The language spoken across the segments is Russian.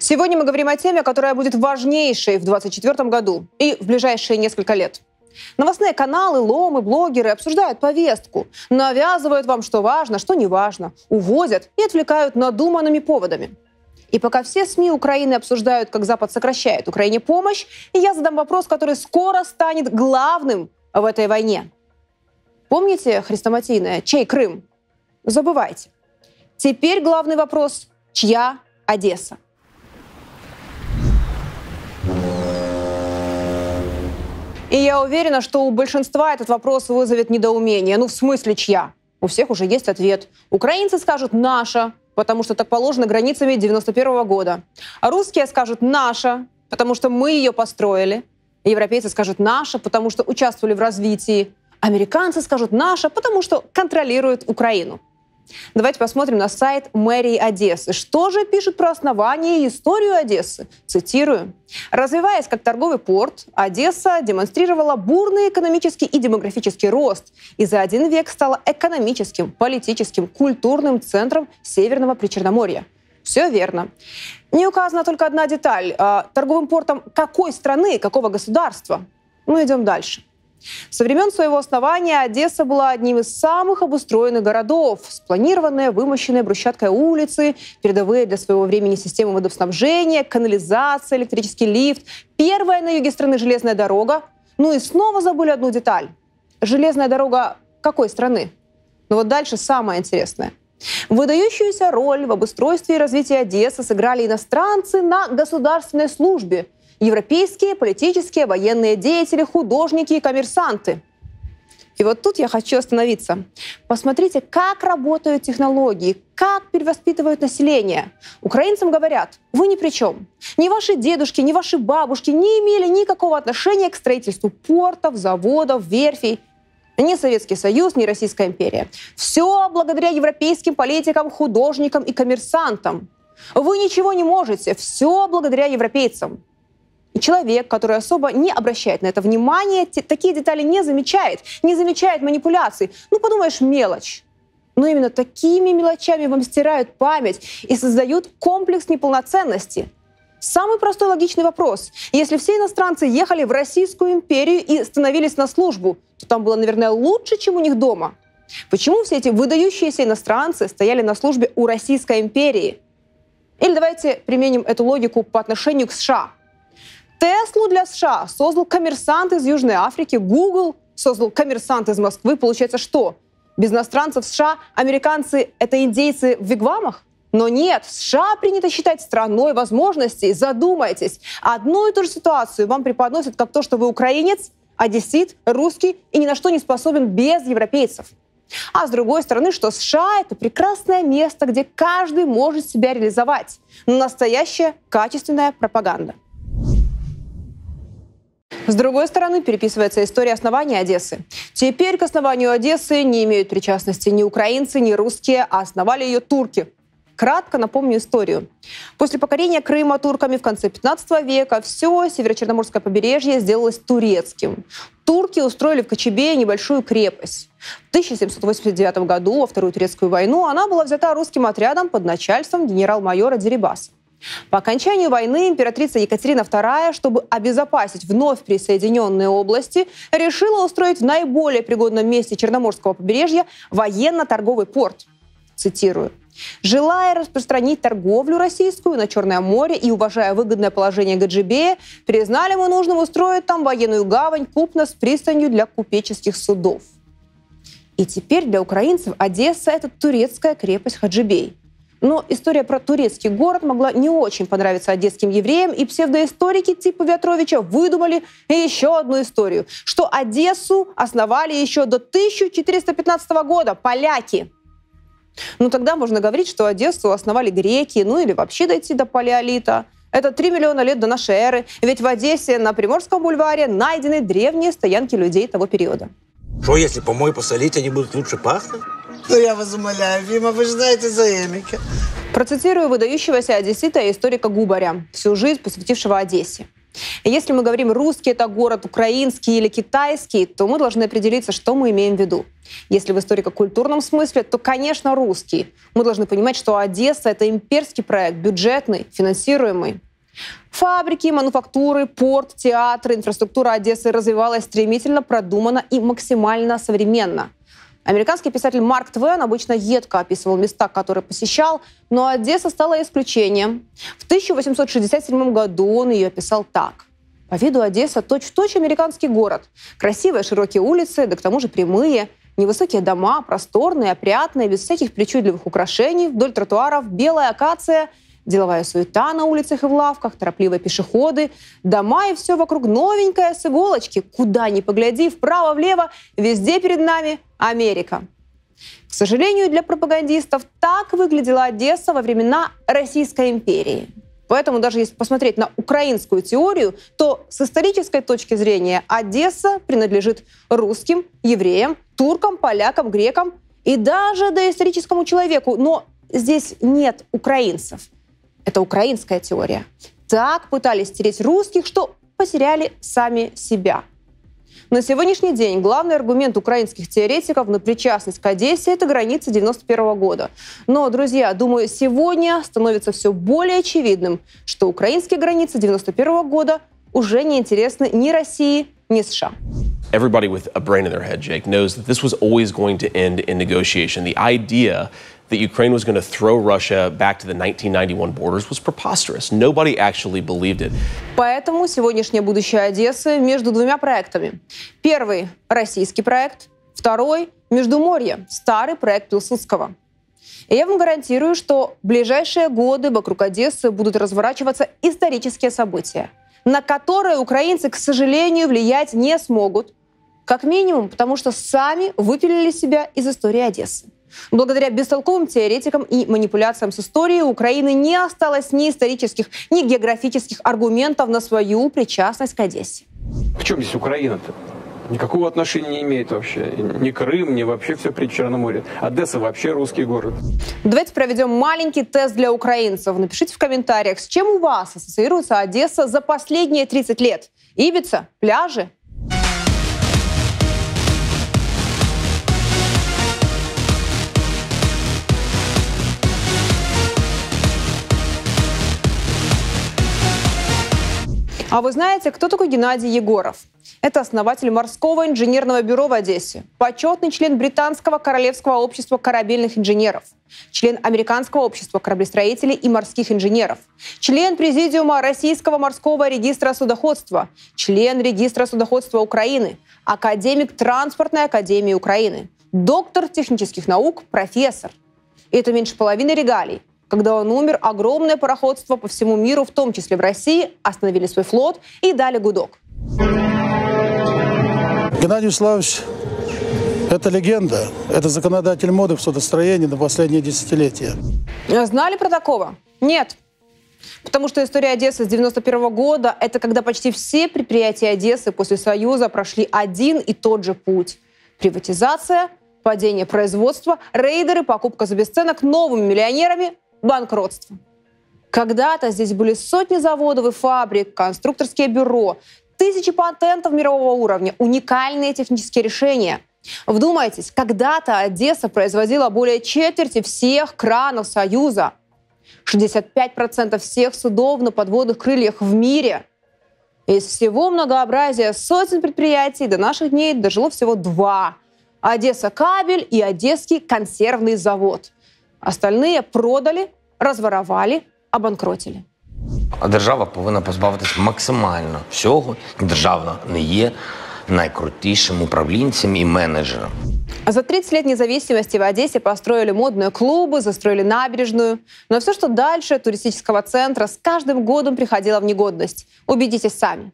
Сегодня мы говорим о теме, которая будет важнейшей в 2024 году и в ближайшие несколько лет. Новостные каналы, ломы, блогеры обсуждают повестку, навязывают вам, что важно, что не важно, увозят и отвлекают надуманными поводами. И пока все СМИ Украины обсуждают, как Запад сокращает Украине помощь, я задам вопрос, который скоро станет главным в этой войне. Помните хрестоматийное «Чей Крым?» Забывайте. Теперь главный вопрос – чья Одесса? И я уверена, что у большинства этот вопрос вызовет недоумение. Ну, в смысле, чья? У всех уже есть ответ. Украинцы скажут «наша», потому что так положено границами 91 года. А русские скажут «наша», потому что мы ее построили. Европейцы скажут «наша», потому что участвовали в развитии. Американцы скажут «наша», потому что контролируют Украину. Давайте посмотрим на сайт мэрии Одессы. Что же пишут про основание и историю Одессы? Цитирую. «Развиваясь как торговый порт, Одесса демонстрировала бурный экономический и демографический рост и за один век стала экономическим, политическим, культурным центром Северного Причерноморья». Все верно. Не указана только одна деталь. Торговым портом какой страны, какого государства? Ну, идем дальше. Со времен своего основания Одесса была одним из самых обустроенных городов. Спланированные, вымощенные брусчаткой улицы, передовые для своего времени системы водоснабжения, канализация, электрический лифт, первая на юге страны железная дорога. Ну и снова забыли одну деталь. Железная дорога какой страны? Но вот дальше самое интересное. Выдающуюся роль в обустройстве и развитии Одессы сыграли иностранцы на государственной службе. Европейские, политические, военные деятели, художники и коммерсанты. И вот тут я хочу остановиться. Посмотрите, как работают технологии, как перевоспитывают население. Украинцам говорят, вы ни при чем. Ни ваши дедушки, ни ваши бабушки не имели никакого отношения к строительству портов, заводов, верфей. Ни Советский Союз, ни Российская империя. Все благодаря европейским политикам, художникам и коммерсантам. Вы ничего не можете, все благодаря европейцам. И человек, который особо не обращает на это внимание, такие детали не замечает манипуляций. Ну, подумаешь, мелочь. Но именно такими мелочами вам стирают память и создают комплекс неполноценности. Самый простой логичный вопрос. Если все иностранцы ехали в Российскую империю и становились на службу, то там было, наверное, лучше, чем у них дома. Почему все эти выдающиеся иностранцы стояли на службе у Российской империи? Или давайте применим эту логику по отношению к США. Теслу для США создал коммерсант из Южной Африки, Google создал коммерсант из Москвы. Получается, что? Без иностранцев в США американцы — это индейцы в вигвамах? Но нет, США принято считать страной возможностей. Задумайтесь, одну и ту же ситуацию вам преподносят как то, что вы украинец, одессит, русский и ни на что не способен без европейцев. А с другой стороны, что США — это прекрасное место, где каждый может себя реализовать. Настоящая качественная пропаганда. С другой стороны, переписывается история основания Одессы. Теперь к основанию Одессы не имеют причастности ни украинцы, ни русские, а основали ее турки. Кратко напомню историю. После покорения Крыма турками в конце 15 века все северо-черноморское побережье сделалось турецким. Турки устроили в Кочубее небольшую крепость. В 1789 году, во Вторую турецкую войну, она была взята русским отрядом под начальством генерал-майора Дерибаса. По окончанию войны императрица Екатерина II, чтобы обезопасить вновь присоединенные области, решила устроить в наиболее пригодном месте Черноморского побережья военно-торговый порт. Цитирую. «Желая распространить торговлю российскую на Черное море и уважая выгодное положение Гаджибея, признали мы нужным устроить там военную гавань купно с пристанью для купеческих судов». И теперь для украинцев Одесса — это турецкая крепость Хаджибей. Но история про турецкий город могла не очень понравиться одесским евреям, и псевдоисторики типа Вятровича выдумали еще одну историю, что Одессу основали еще до 1415 года поляки. Ну тогда можно говорить, что Одессу основали греки, ну или вообще дойти до палеолита. Это 3 миллиона лет до нашей эры, ведь в Одессе на Приморском бульваре найдены древние стоянки людей того периода. Что, если помой посолить, они будут лучше пахнуть? Ну, я вас умоляю, Вима, вы же знаете заемника. Процитирую выдающегося одессита и историка Губаря, всю жизнь посвятившего Одессе. И если мы говорим «русский» — это город, украинский или китайский, то мы должны определиться, что мы имеем в виду. Если в историко-культурном смысле, то, конечно, русский. Мы должны понимать, что Одесса — это имперский проект, бюджетный, финансируемый. Фабрики, мануфактуры, порт, театры, инфраструктура Одессы развивалась стремительно, продуманно и максимально современно. Американский писатель Марк Твен обычно едко описывал места, которые посещал, но Одесса стала исключением. В 1867 году он ее описал так. По виду Одесса точь-в-точь американский город. Красивые широкие улицы, да к тому же прямые, невысокие дома, просторные, опрятные, без всяких причудливых украшений, вдоль тротуаров белая акация, деловая суета на улицах и в лавках, торопливые пешеходы, дома и все вокруг новенькое с иголочки. Куда ни погляди, вправо-влево, везде перед нами Америка. К сожалению, для пропагандистов так выглядела Одесса во времена Российской империи. Поэтому даже если посмотреть на украинскую теорию, то с исторической точки зрения Одесса принадлежит русским, евреям, туркам, полякам, грекам и даже доисторическому человеку. Но здесь нет украинцев. Это украинская теория. Так пытались стереть русских, что потеряли сами себя. На сегодняшний день главный аргумент украинских теоретиков на причастность к Одессе — это границы 1991 года. Но, друзья, думаю, сегодня становится все более очевидным, что украинские границы 1991 года уже не интересны ни России, ни США. Everybody with a brain in their head, Jake, knows that this was always going to end in negotiation. The idea that Ukraine was going to throw Russia back to the 1991 borders was preposterous. Nobody actually believed it. Поэтому сегодняшнее будущее Одессы между двумя проектами. Первый — российский проект, второй — Междуморье, старый проект Пилсудского. И я вам гарантирую, что в ближайшие годы вокруг Одессы будут разворачиваться исторические события, на которые украинцы, к сожалению, влиять не смогут. Как минимум, потому что сами выпилили себя из истории Одессы. Благодаря бестолковым теоретикам и манипуляциям с историей у Украины не осталось ни исторических, ни географических аргументов на свою причастность к Одессе. В чем здесь Украина-то? Никакого отношения не имеет вообще. Ни Крым, ни вообще все при Черном море. Одесса вообще русский город. Давайте проведем маленький тест для украинцев. Напишите в комментариях, с чем у вас ассоциируется Одесса за последние 30 лет. Ибица, пляжи? А вы знаете, кто такой Геннадий Егоров? Это основатель морского инженерного бюро в Одессе, почетный член Британского королевского общества корабельных инженеров, член Американского общества кораблестроителей и морских инженеров, член Президиума Российского морского регистра судоходства, член Регистра судоходства Украины, академик Транспортной академии Украины, доктор технических наук, профессор. И это меньше половины регалий. Когда он умер, огромное пароходство по всему миру, в том числе в России, остановили свой флот и дали гудок. Геннадий Вячеславович – это легенда, это законодатель моды в судостроении на последние десятилетия. Знали про такого? Нет. Потому что история Одессы с 1991 года – это когда почти все предприятия Одессы после Союза прошли один и тот же путь. Приватизация, падение производства, рейдеры, покупка за бесценок новыми миллионерами – банкротство. Когда-то здесь были сотни заводов и фабрик, конструкторские бюро, тысячи патентов мирового уровня, уникальные технические решения. Вдумайтесь, когда-то Одесса производила более четверти всех кранов Союза, 65% всех судов на подводных крыльях в мире. Из всего многообразия сотен предприятий до наших дней дожило всего 2. Одесса кабель и Одесский консервный завод. Остальные продали, розворовали, обанкротили. А держава повинна позбавитись максимально всього. Держава не є найкрутішим управлінцем і менеджером. За 30 лет независимости в Одессе построили модные клубы, застроили набережную. Но все, что дальше туристического центра, с каждым годом приходило в негодность. Убедитесь сами.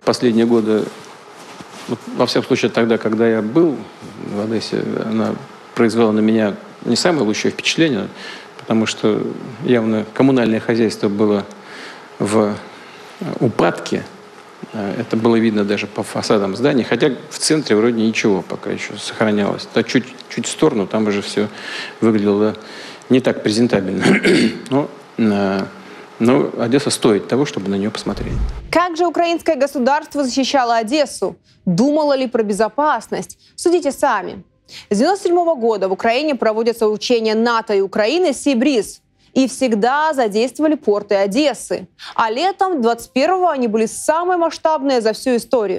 Последние годы, во всяком случае, тогда, когда я был в Одессе, она произвела на меня не самое лучшее впечатление, потому что явно коммунальное хозяйство было в упадке. Это было видно даже по фасадам зданий, хотя в центре вроде ничего пока еще сохранялось. Так чуть в сторону, там уже все выглядело не так презентабельно. Но Одесса стоит того, чтобы на нее посмотреть. Как же украинское государство защищало Одессу? Думало ли про безопасность? Судите сами. С 1997 года в Украине проводятся учения НАТО и Украины «Си-Бриз». И всегда задействовали порты Одессы. А летом 21-го они были самые масштабные за всю историю.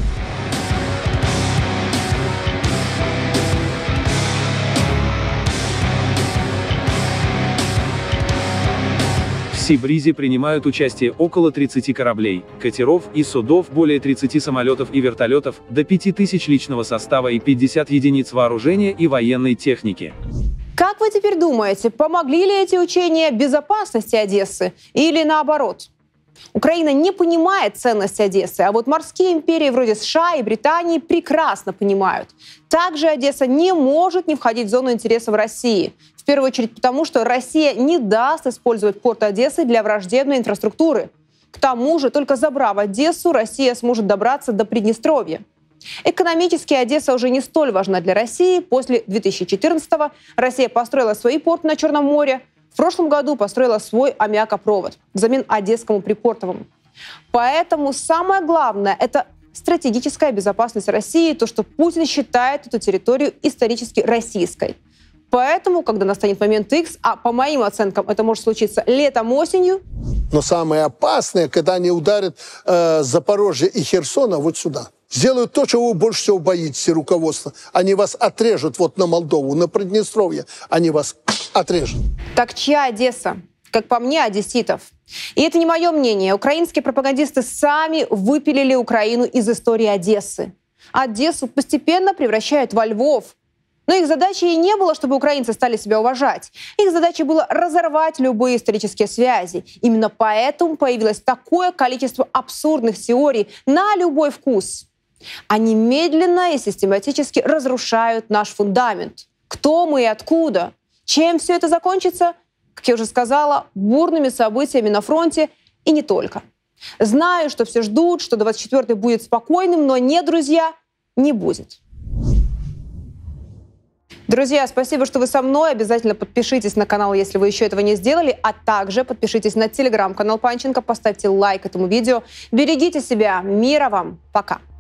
В «Си-Бризе» принимают участие около 30 кораблей, катеров и судов, более 30 самолетов и вертолетов, до 5000 личного состава и 50 единиц вооружения и военной техники. Как вы теперь думаете, помогли ли эти учения безопасности Одессы или наоборот? Украина не понимает ценность Одессы, а вот морские империи вроде США и Британии прекрасно понимают. Также Одесса не может не входить в зону интересов России. В первую очередь потому, что Россия не даст использовать порт Одессы для враждебной инфраструктуры. К тому же, только забрав Одессу, Россия сможет добраться до Приднестровья. Экономически Одесса уже не столь важна для России. После 2014-го Россия построила свои порты на Черном море. В прошлом году построила свой аммиакопровод взамен Одесскому припортовому. Поэтому самое главное – это стратегическая безопасность России, то, что Путин считает эту территорию исторически российской. Поэтому, когда настанет момент X, а по моим оценкам это может случиться летом-осенью. Но самое опасное, когда они ударят Запорожье и Херсона вот сюда. Сделают то, чего вы больше всего боитесь, руководство. Они вас отрежут вот на Молдову, на Приднестровье. Они вас отрежут. Так чья Одесса? Как по мне, одесситов. И это не мое мнение. Украинские пропагандисты сами выпилили Украину из истории Одессы. Одессу постепенно превращают во Львов. Но их задачей и не было, чтобы украинцы стали себя уважать. Их задачей было разорвать любые исторические связи. Именно поэтому появилось такое количество абсурдных теорий на любой вкус. Они медленно и систематически разрушают наш фундамент. Кто мы и откуда? Чем все это закончится? Как я уже сказала, бурными событиями на фронте и не только. Знаю, что все ждут, что 24-й будет спокойным, но нет, друзья, не будет. Друзья, спасибо, что вы со мной. Обязательно подпишитесь на канал, если вы еще этого не сделали, а также подпишитесь на телеграм-канал Панченко, поставьте лайк этому видео. Берегите себя. Мира вам. Пока.